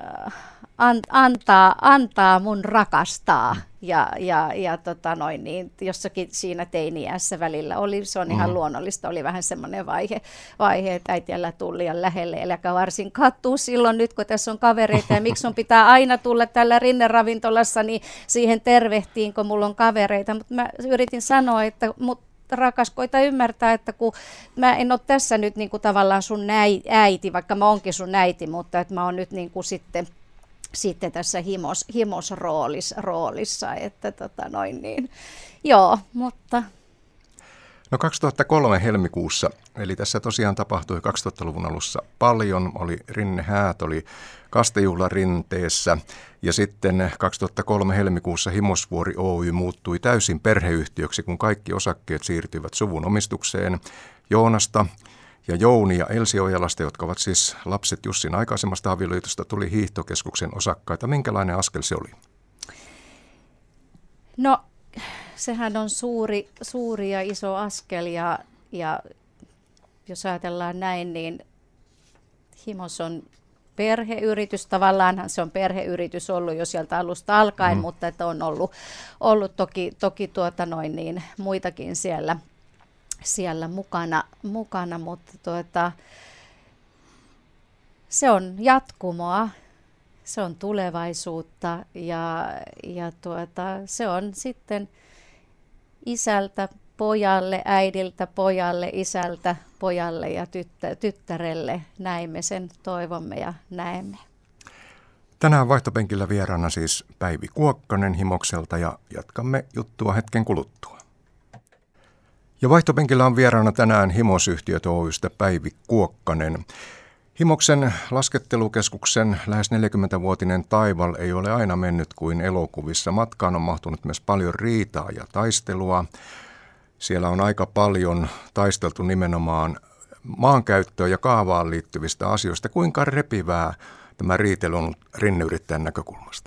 antaa, antaa mun rakastaa ja, ja, ja tota noin niin, jossakin siinä teini-iässä välillä oli, se on ihan mm. luonnollista, oli vähän semmoinen vaihe, vaihe että äiti älä tule liian lähelle, eläkä varsin kattuu silloin nyt, kun tässä on kavereita ja miksi sun pitää aina tulla tällä rinneravintolassa, niin siihen tervehtiin, kun mulla on kavereita, mutta mä yritin sanoa, että mut rakas, koita ymmärtää, että kun mä en ole tässä nyt niin kuin tavallaan sun äiti, vaikka mä onkin sun äiti, mutta että mä oon nyt niin kuin sitten sitten tässä himos, himosroolissa, roolissa, että tota noin niin, joo, mutta... No kaksituhattakolme helmikuussa, eli tässä tosiaan tapahtui kaksituhattaluvun alussa paljon, oli Rinnehäät, oli Kastejuhla rinteessä ja sitten kaksituhattakolme helmikuussa Himosvuori Oy muuttui täysin perheyhtiöksi, kun kaikki osakkeet siirtyivät suvun omistukseen. Joonasta ja Jouni ja Elsi Ojalasta, jotka ovat siis lapset Jussin aikaisemmasta avioliitosta, tuli hiihtokeskuksen osakkaita. Minkälainen askel se oli? No, sehän on suuri, suuri ja iso askel ja, ja jos ajatellaan näin, niin Himos on perheyritys. Tavallaanhan se on perheyritys ollut jo sieltä alusta alkaen, mm. mutta että on ollut, ollut toki, toki tuota noin niin, muitakin siellä. siellä mukana, mukana mutta tuota, se on jatkumoa, se on tulevaisuutta ja, ja tuota, se on sitten isältä pojalle, äidiltä pojalle, isältä pojalle ja tyttö, tyttärelle. Näimme sen, toivomme ja näemme. Tänään vaihtopenkillä vieraana siis Päivi Kuokkanen Himokselta ja jatkamme juttua hetken kuluttua. Ja vaihtopenkillä on vieraana tänään Himosyhtiöt Oy:stä Päivi Kuokkanen. Himoksen laskettelukeskuksen lähes neljäkymmenvuotinen taival ei ole aina mennyt kuin elokuvissa. Matkaan on mahtunut myös paljon riitaa ja taistelua. Siellä on aika paljon taisteltu nimenomaan maankäyttöön ja kaavaan liittyvistä asioista. Kuinka repivää tämä riitely on rinneyrittäjän näkökulmasta?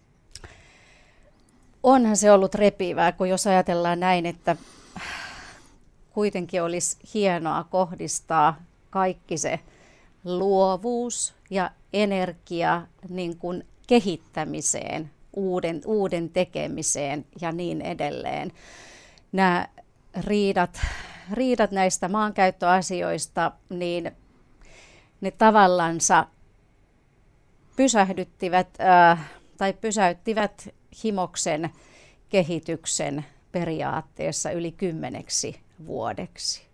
Onhan se ollut repivää, kun jos ajatellaan näin, että kuitenkin olisi hienoa kohdistaa kaikki se luovuus ja energia niin kuin kehittämiseen, uuden, uuden tekemiseen ja niin edelleen. Nämä riidat, riidat näistä maankäyttöasioista, niin ne tavallansa pysähdyttivät äh, tai pysäyttivät Himoksen kehityksen periaatteessa yli kymmeneksi vuodeksi.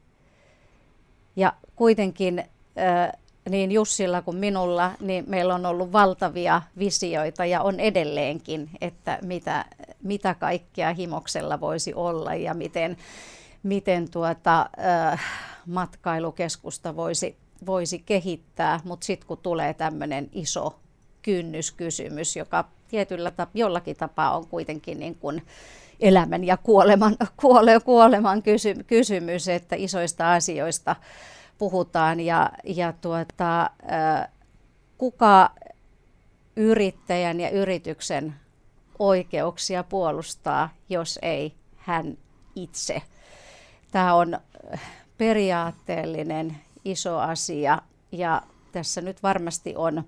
Ja kuitenkin äh, niin Jussilla kuin minulla, niin meillä on ollut valtavia visioita ja on edelleenkin, että mitä, mitä kaikkea Himoksella voisi olla ja miten, miten tuota, äh, matkailukeskusta voisi, voisi kehittää, mutta sitten kun tulee tämmöinen iso kynnyskysymys, joka tietyllä tap- jollakin tapaa on kuitenkin niin kuin elämän ja kuoleman, kuole, kuoleman kysy, kysymys, että isoista asioista puhutaan ja, ja tuota, äh, kuka yrittäjän ja yrityksen oikeuksia puolustaa, jos ei hän itse. Tämä on periaatteellinen iso asia ja tässä nyt varmasti on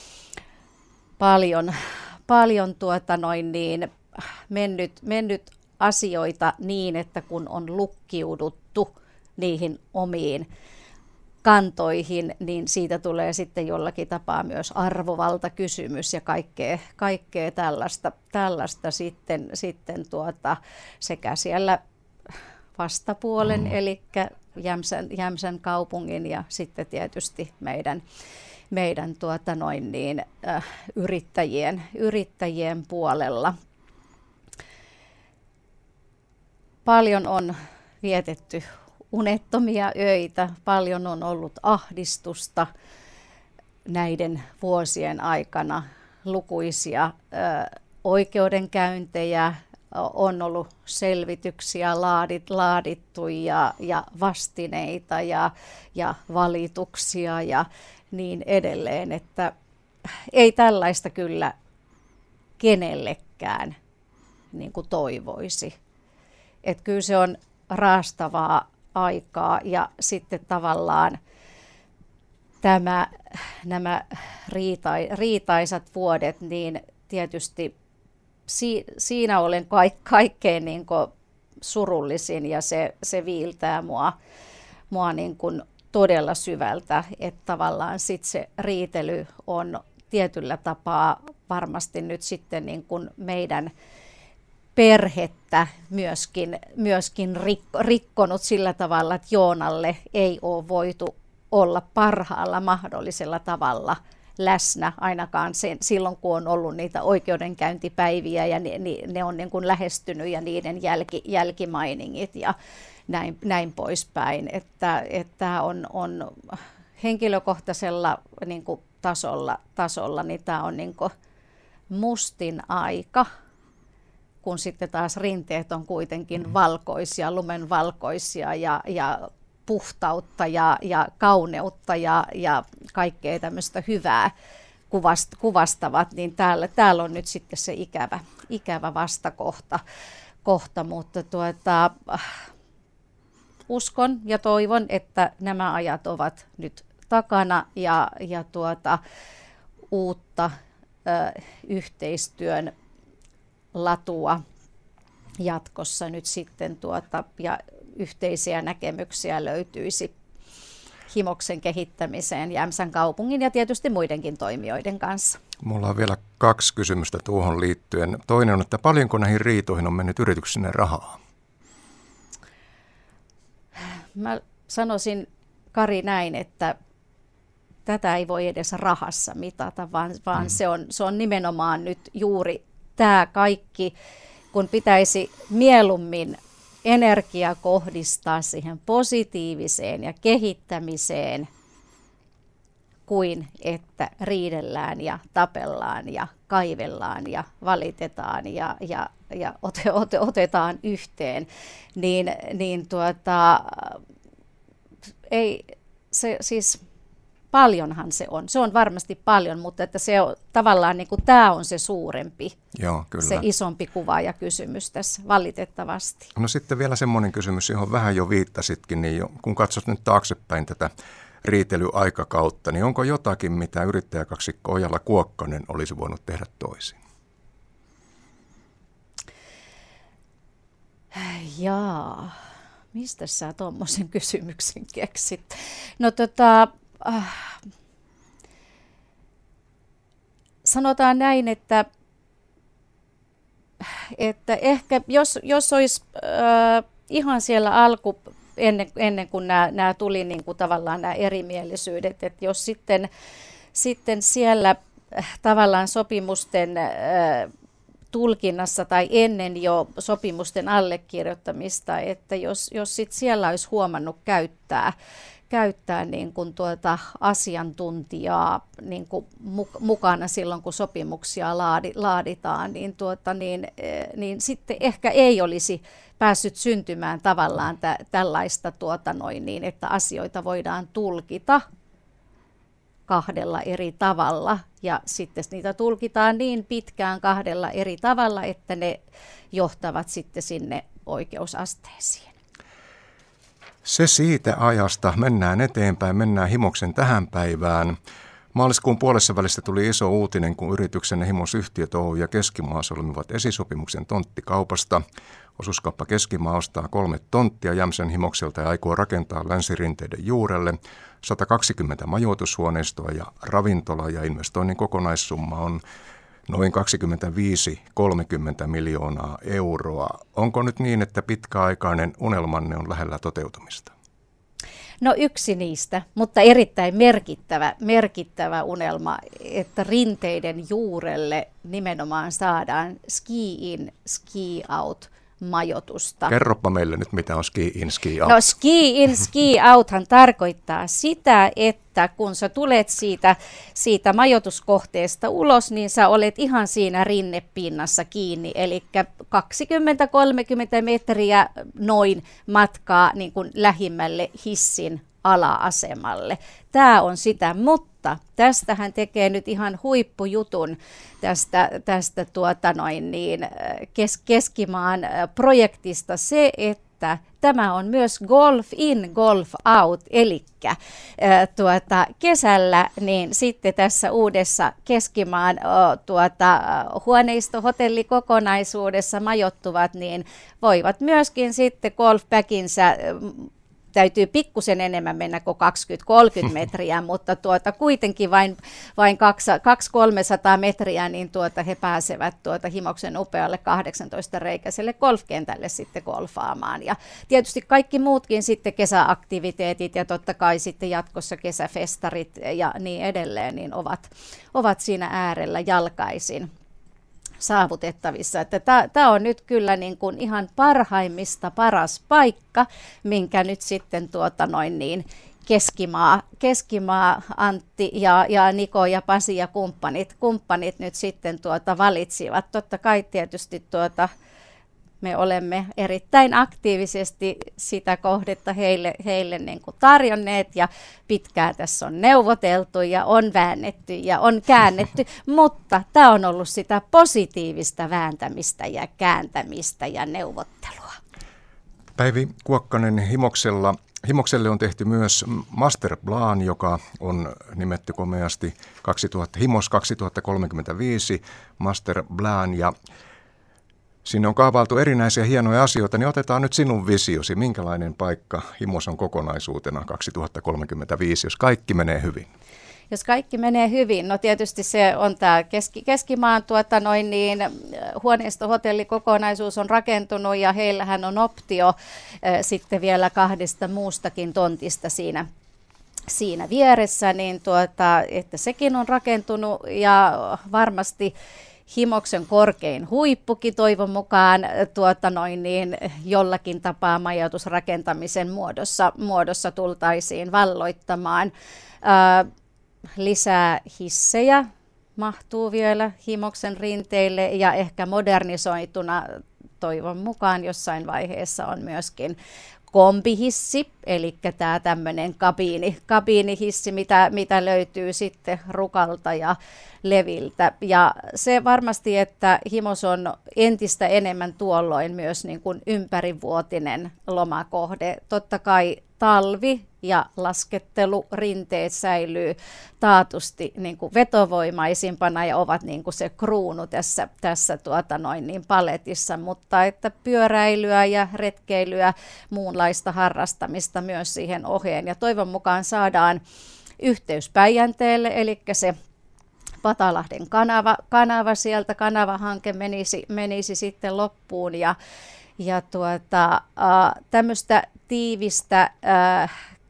paljon, paljon tuota noin niin, mennyt, mennyt asioita niin, että kun on lukkiuduttu niihin omiin kantoihin, niin siitä tulee sitten jollakin tapaa myös arvovaltakysymys ja kaikkea, kaikkea tällaista, tällaista sitten, sitten tuota, sekä siellä vastapuolen, mm. eli Jämsän, Jämsän kaupungin ja sitten tietysti meidän, meidän tuota noin niin, äh, yrittäjien, yrittäjien puolella. Paljon on vietetty unettomia öitä, paljon on ollut ahdistusta näiden vuosien aikana, lukuisia ö, oikeudenkäyntejä, on ollut selvityksiä laadit, laadittu ja, ja vastineita ja, ja valituksia ja niin edelleen, että ei tällaista kyllä kenellekään niin kuin toivoisi. Että kyllä se on raastavaa aikaa ja sitten tavallaan tämä, nämä riita, riitaisat vuodet, niin tietysti si, siinä olen kaik, kaikkein niin kuin surullisin ja se, se viiltää mua, mua niin kuin todella syvältä, että tavallaan sit se riitely on tietyllä tapaa varmasti nyt sitten niin kuin meidän perhettä myöskin, myöskin rikko, rikkonut sillä tavalla, että Joonalle ei ole voitu olla parhaalla mahdollisella tavalla läsnä, ainakaan sen, silloin, kun on ollut niitä oikeudenkäyntipäiviä ja ne, ne on niin kuin lähestynyt ja niiden jälki, jälkimainingit ja näin, näin poispäin. Että, että on, on henkilökohtaisella niin kuin tasolla, tasolla, niin tämä on niin kuin mustin aika, kun sitten taas rinteet on kuitenkin valkoisia, lumenvalkoisia ja, ja puhtautta ja, ja kauneutta ja, ja kaikkea tämmöistä hyvää kuvast, kuvastavat, niin täällä, täällä on nyt sitten se ikävä, ikävä vastakohta, kohta, mutta tuota, uskon ja toivon, että nämä ajat ovat nyt takana ja, ja tuota, uutta ö, yhteistyön latua jatkossa nyt sitten tuota, ja yhteisiä näkemyksiä löytyisi Himoksen kehittämiseen Jämsän kaupungin ja tietysti muidenkin toimijoiden kanssa. Mulla on vielä kaksi kysymystä tuohon liittyen. Toinen on, että paljonko näihin riitoihin on mennyt yrityksenne rahaa? Mä sanoisin, Kari, näin, että tätä ei voi edes rahassa mitata, vaan, vaan mm. se, on, se on nimenomaan nyt juuri tämä kaikki, kun pitäisi mieluummin energia kohdistaa siihen positiiviseen ja kehittämiseen, kuin että riidellään ja tapellaan ja kaivellaan ja valitetaan ja, ja, ja ote, ote, otetaan yhteen, niin, niin tuota, ei, se, siis paljonhan se on. Se on varmasti paljon, mutta että se on, tavallaan niin kuin tämä on se suurempi, Joo, kyllä. se isompi kuva ja kysymys tässä valitettavasti. No sitten vielä semmoinen kysymys, johon vähän jo viittasitkin, niin jo, kun katsot nyt taaksepäin tätä riitelyaikakautta, niin onko jotakin, mitä yrittäjäkaksikko Ojala-Kuokkanen olisi voinut tehdä toisin? Jaa, mistä sä tuommoisen kysymyksen keksit? No tota, äh, sanotaan näin, että, että ehkä jos, jos olisi äh, ihan siellä alku, Ennen, ennen kuin nämä, nämä tuli niin kuin tavallaan nämä erimielisyydet, että jos sitten, sitten siellä tavallaan sopimusten äh, tulkinnassa tai ennen jo sopimusten allekirjoittamista, että jos, jos sit siellä olisi huomannut käyttää, käyttää niin kuin tuota asiantuntijaa niin kuin mukana silloin, kun sopimuksia laadi, laaditaan, niin, tuota, niin, niin sitten ehkä ei olisi päässyt syntymään tavallaan tä, tällaista, tuota noin, niin, että asioita voidaan tulkita kahdella eri tavalla ja sitten niitä tulkitaan niin pitkään kahdella eri tavalla, että ne johtavat sitten sinne oikeusasteisiin. Se siitä ajasta. Mennään eteenpäin, mennään Himoksen tähän päivään. Maaliskuun puolessa välissä tuli iso uutinen, kun yrityksen Himosyhtiöt Oy ja Keskimaa solmivat esisopimuksen tonttikaupasta. Osuuskauppa Keskimaa ostaa kolme tonttia Jämsän Himokselta ja aikoo rakentaa länsirinteiden juurelle sata kaksikymmentä majoitushuoneistoa ja ravintola, ja investoinnin kokonaissumma on noin kaksikymmentäviisi kolmekymmentä miljoonaa euroa. Onko nyt niin, että pitkäaikainen unelmanne on lähellä toteutumista? No yksi niistä, mutta erittäin merkittävä, merkittävä unelma, että rinteiden juurelle nimenomaan saadaan ski in, ski out majoitusta. Kerropa meille nyt, mitä on ski in, ski out. No ski in, ski outhan tarkoittaa sitä, että kun sä tulet siitä, siitä majoituskohteesta ulos, niin sä olet ihan siinä rinnepinnassa kiinni, eli kaksikymmentä kolmekymmentä metriä noin matkaa niin kuin lähimmälle hissin ala-asemalle. Tämä on sitä, mutta tästähän tekee nyt ihan huippujutun tästä, tästä tuota noin niin, kes, Keskimaan projektista se, että tämä on myös golf in, golf out, eli tuota, kesällä niin sitten tässä uudessa Keskimaan tuota, huoneisto-hotellikokonaisuudessa majoittuvat, niin voivat myöskin sitten golfbackinsä, täytyy pikkusen enemmän mennä kuin kaksikymmentä kolmekymmentä metriä, mutta tuota, kuitenkin vain, vain kaksi kolmesataa metriä, niin tuota, he pääsevät tuota Himoksen upealle kahdeksantoista reikäiselle golfkentälle sitten golfaamaan. Ja tietysti kaikki muutkin sitten kesäaktiviteetit ja totta kai sitten jatkossa kesäfestarit ja niin edelleen, niin ovat, ovat siinä äärellä jalkaisin saavutettavissa. Että tämä on nyt kyllä niin kuin ihan parhaimmista paras paikka, minkä nyt sitten tuota noin niin Keskimaa, Keskimaa Antti ja, ja Niko ja Pasi ja kumppanit, kumppanit nyt sitten tuota valitsivat. Totta kai tietysti tuota me olemme erittäin aktiivisesti sitä kohdetta heille, heille niin kuin tarjonneet ja pitkään tässä on neuvoteltu ja on väännetty ja on käännetty, mutta tämä on ollut sitä positiivista vääntämistä ja kääntämistä ja neuvottelua. Päivi Kuokkanen, Himoksella. Himokselle on tehty myös masterplan, joka on nimetty komeasti kaksituhatta, Himos kaksituhattakolmekymmentäviisi masterplan, ja sinne on kaavailtu erinäisiä hienoja asioita, niin otetaan nyt sinun visiosi. Minkälainen paikka Himos on kokonaisuutena kaksituhattakolmekymmentäviisi, jos kaikki menee hyvin? Jos kaikki menee hyvin, no tietysti se on tämä Keski, Keskimaan tuota noin niin, huoneistohotellikokonaisuus on rakentunut ja heillähän on optio äh, sitten vielä kahdesta muustakin tontista siinä, siinä vieressä, niin tuota, että sekin on rakentunut ja varmasti Himoksen korkein huippukin toivon mukaan tuota noin niin, jollakin tapaa majoitusrakentamisen muodossa, muodossa tultaisiin valloittamaan. Ää, lisää hissejä mahtuu vielä Himoksen rinteille ja ehkä modernisoituna toivon mukaan jossain vaiheessa on myöskin kombihissi, eli tämä tämmöinen kabiini, kabiinihissi, mitä, mitä löytyy sitten Rukalta ja Leviltä. Ja se varmasti, että Himos on entistä enemmän tuolloin myös niin kuin ympärivuotinen lomakohde. Totta kai talvi ja laskettelurinteet säilyy taatusti niin kuin vetovoimaisimpana ja ovat niin kuin se kruunu tässä, tässä tuota noin niin paletissa, mutta että pyöräilyä ja retkeilyä, muunlaista harrastamista myös siihen oheen. Ja toivon mukaan saadaan yhteys Päijänteelle, eli se Patalahden kanava, kanava sieltä, kanavahanke menisi, menisi sitten loppuun ja, ja tuota, äh, tämmöistä tiivistä äh,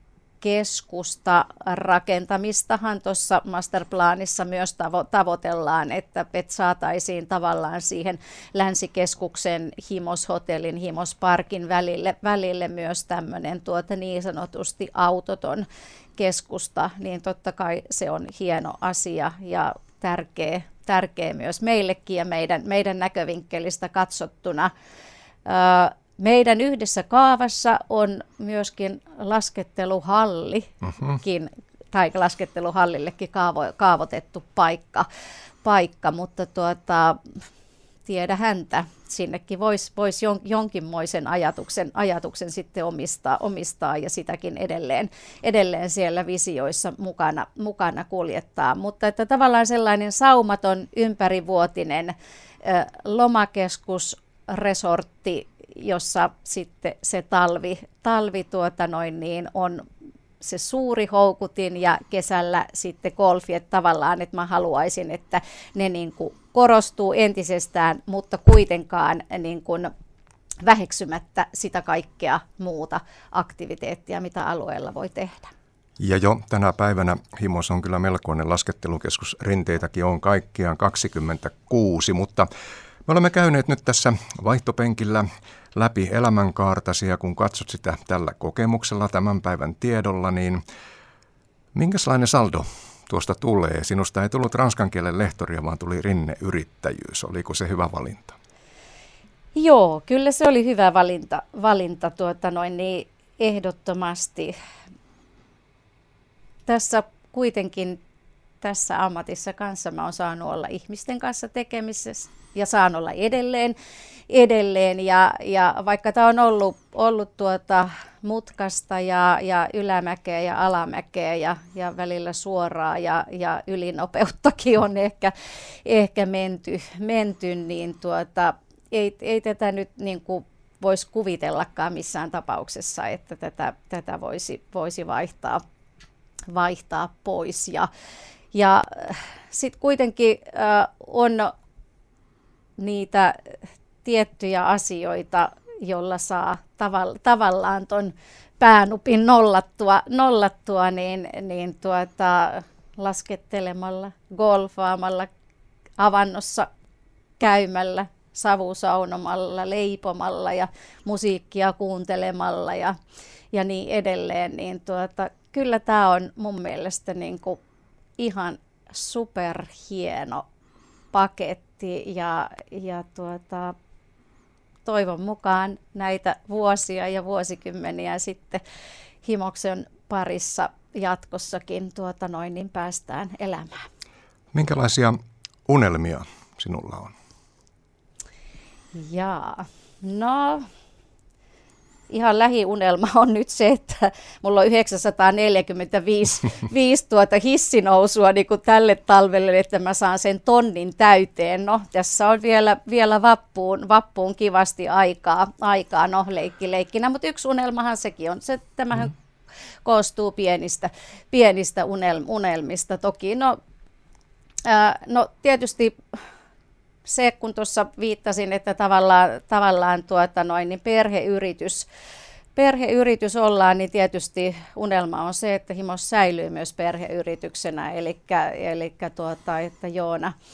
keskusta rakentamistahan tuossa masterplanissa myös tavo- tavoitellaan, että, että saataisiin tavallaan siihen Länsikeskuksen, Himoshotellin, Himosparkin välille, välille myös tämmöinen tuota niin sanotusti autoton keskusta, niin totta kai se on hieno asia ja tärkeä, tärkeä myös meillekin ja meidän, meidän näkövinkkelistä katsottuna. Öö, Meidän yhdessä kaavassa on myöskin lasketteluhallikin, uh-huh. tai lasketteluhallillekin kaavo, kaavoitettu paikka, paikka mutta tuota, tiedä häntä. Sinnekin voisi vois jon, jonkinmoisen ajatuksen, ajatuksen sitten omistaa, omistaa ja sitäkin edelleen, edelleen siellä visioissa mukana, mukana kuljettaa. Mutta että tavallaan sellainen saumaton ympärivuotinen ö, lomakeskus, resortti, jossa sitten se talvi, talvi tuota noin niin on se suuri houkutin ja kesällä sitten golfi, että tavallaan, että mä haluaisin, että ne niin kuin korostuu entisestään, mutta kuitenkaan niin kuin väheksymättä sitä kaikkea muuta aktiviteettia, mitä alueella voi tehdä. Ja jo tänä päivänä Himos on kyllä melkoinen laskettelukeskus, rinteitäkin on kaikkiaan kaksikymmentäkuusi, mutta me olemme käyneet nyt tässä vaihtopenkillä läpi elämänkaartasi ja kun katsot sitä tällä kokemuksella, tämän päivän tiedolla, niin minkälainen saldo tuosta tulee? Sinusta ei tullut ranskan kielen lehtoria, vaan tuli rinneyrittäjyys. Oliko se hyvä valinta? Joo, kyllä se oli hyvä valinta, valinta tuota noin niin ehdottomasti. Tässä kuitenkin tässä ammatissa kanssa mä oon saanut olla ihmisten kanssa tekemisissä ja saan olla edelleen, edelleen ja, ja vaikka tämä on ollut, ollut tuota mutkasta ja, ja ylämäkeä ja alamäkeä ja, ja välillä suoraa ja, ja ylinopeuttakin on ehkä, ehkä menty, menty, niin tuota, ei, ei tätä nyt niin kuin voisi kuvitellakaan missään tapauksessa, että tätä, tätä voisi, voisi vaihtaa, vaihtaa pois ja Ja sitten kuitenkin äh, on niitä tiettyjä asioita, joilla saa taval- tavallaan tuon päänupin nollattua, nollattua niin, niin tuota, laskettelemalla, golfaamalla, avannossa käymällä, savusaunomalla, leipomalla ja musiikkia kuuntelemalla ja, ja niin edelleen. Niin tuota, kyllä tämä on mun mielestä niin kuin ihan superhieno paketti ja, ja tuota, toivon mukaan näitä vuosia ja vuosikymmeniä sitten Himoksen parissa jatkossakin tuota noin, niin päästään elämään. Minkälaisia unelmia sinulla on? Jaa, no ihan lähiunelma on nyt se, että mulla on yhdeksänsataaneljäkymmentäviisi viisi tuota hissinousua niin kuin tälle talvelle, että mä saan sen tonnin täyteen. No, tässä on vielä, vielä vappuun, vappuun kivasti aikaa, aikaa no leikki leikkinä, mutta yksi unelmahan sekin on. Se, tämähän mm. koostuu pienistä, pienistä unel, unelmista toki. No, ää, no tietysti se, kun tuossa viittasin, että tavallaan, tavallaan tuota noin, niin perheyritys, perheyritys ollaan, niin tietysti unelma on se, että Himos säilyy myös perheyrityksenä, eli, eli tuota, että Joona,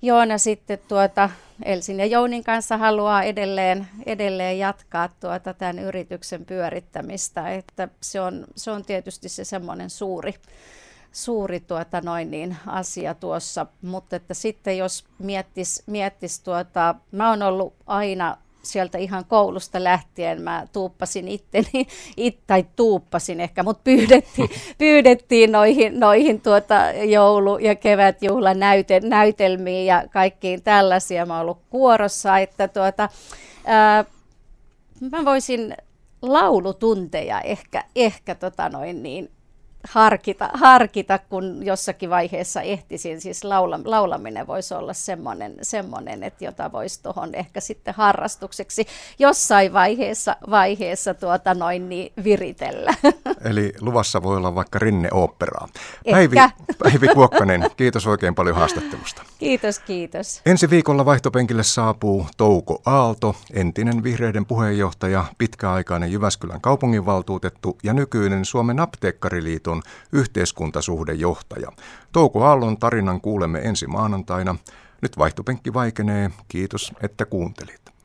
Joona sitten tuota Elsin ja Jounin kanssa haluaa edelleen, edelleen jatkaa tuota tämän yrityksen pyörittämistä, että se on, se on tietysti se semmoinen suuri, suuri tuota noin niin asia tuossa, mutta että sitten jos miettis, miettis tuota, mä oon ollut aina sieltä ihan koulusta lähtien, mä tuuppasin itteni, it, tai tuuppasin ehkä, mutta pyydettiin, pyydettiin noihin, noihin tuota joulu- ja kevätjuhlanäytelmiin ja kaikkiin tällaisia. Mä oon ollut kuorossa, että tuota, ää, mä voisin laulutunteja ehkä, ehkä tota noin niin, Harkita, harkita, kun jossakin vaiheessa ehtisin, siis laula, laulaminen voisi olla semmoinen, semmoinen että jota voisi tuohon ehkä sitten harrastukseksi jossain vaiheessa, vaiheessa tuota noin niin viritellä. Eli luvassa voi olla vaikka rinneoopperaa. Päivi, Päivi Kuokkanen, kiitos oikein paljon haastattelusta. Kiitos, kiitos. Ensi viikolla vaihtopenkille saapuu Touko Aalto, entinen vihreiden puheenjohtaja, pitkäaikainen Jyväskylän kaupunginvaltuutettu ja nykyinen Suomen apteekkariliiton yhteiskuntasuhdejohtaja. Touko Aallon tarinan kuulemme ensi maanantaina. Nyt vaihtopenkki vaikenee. Kiitos, että kuuntelit.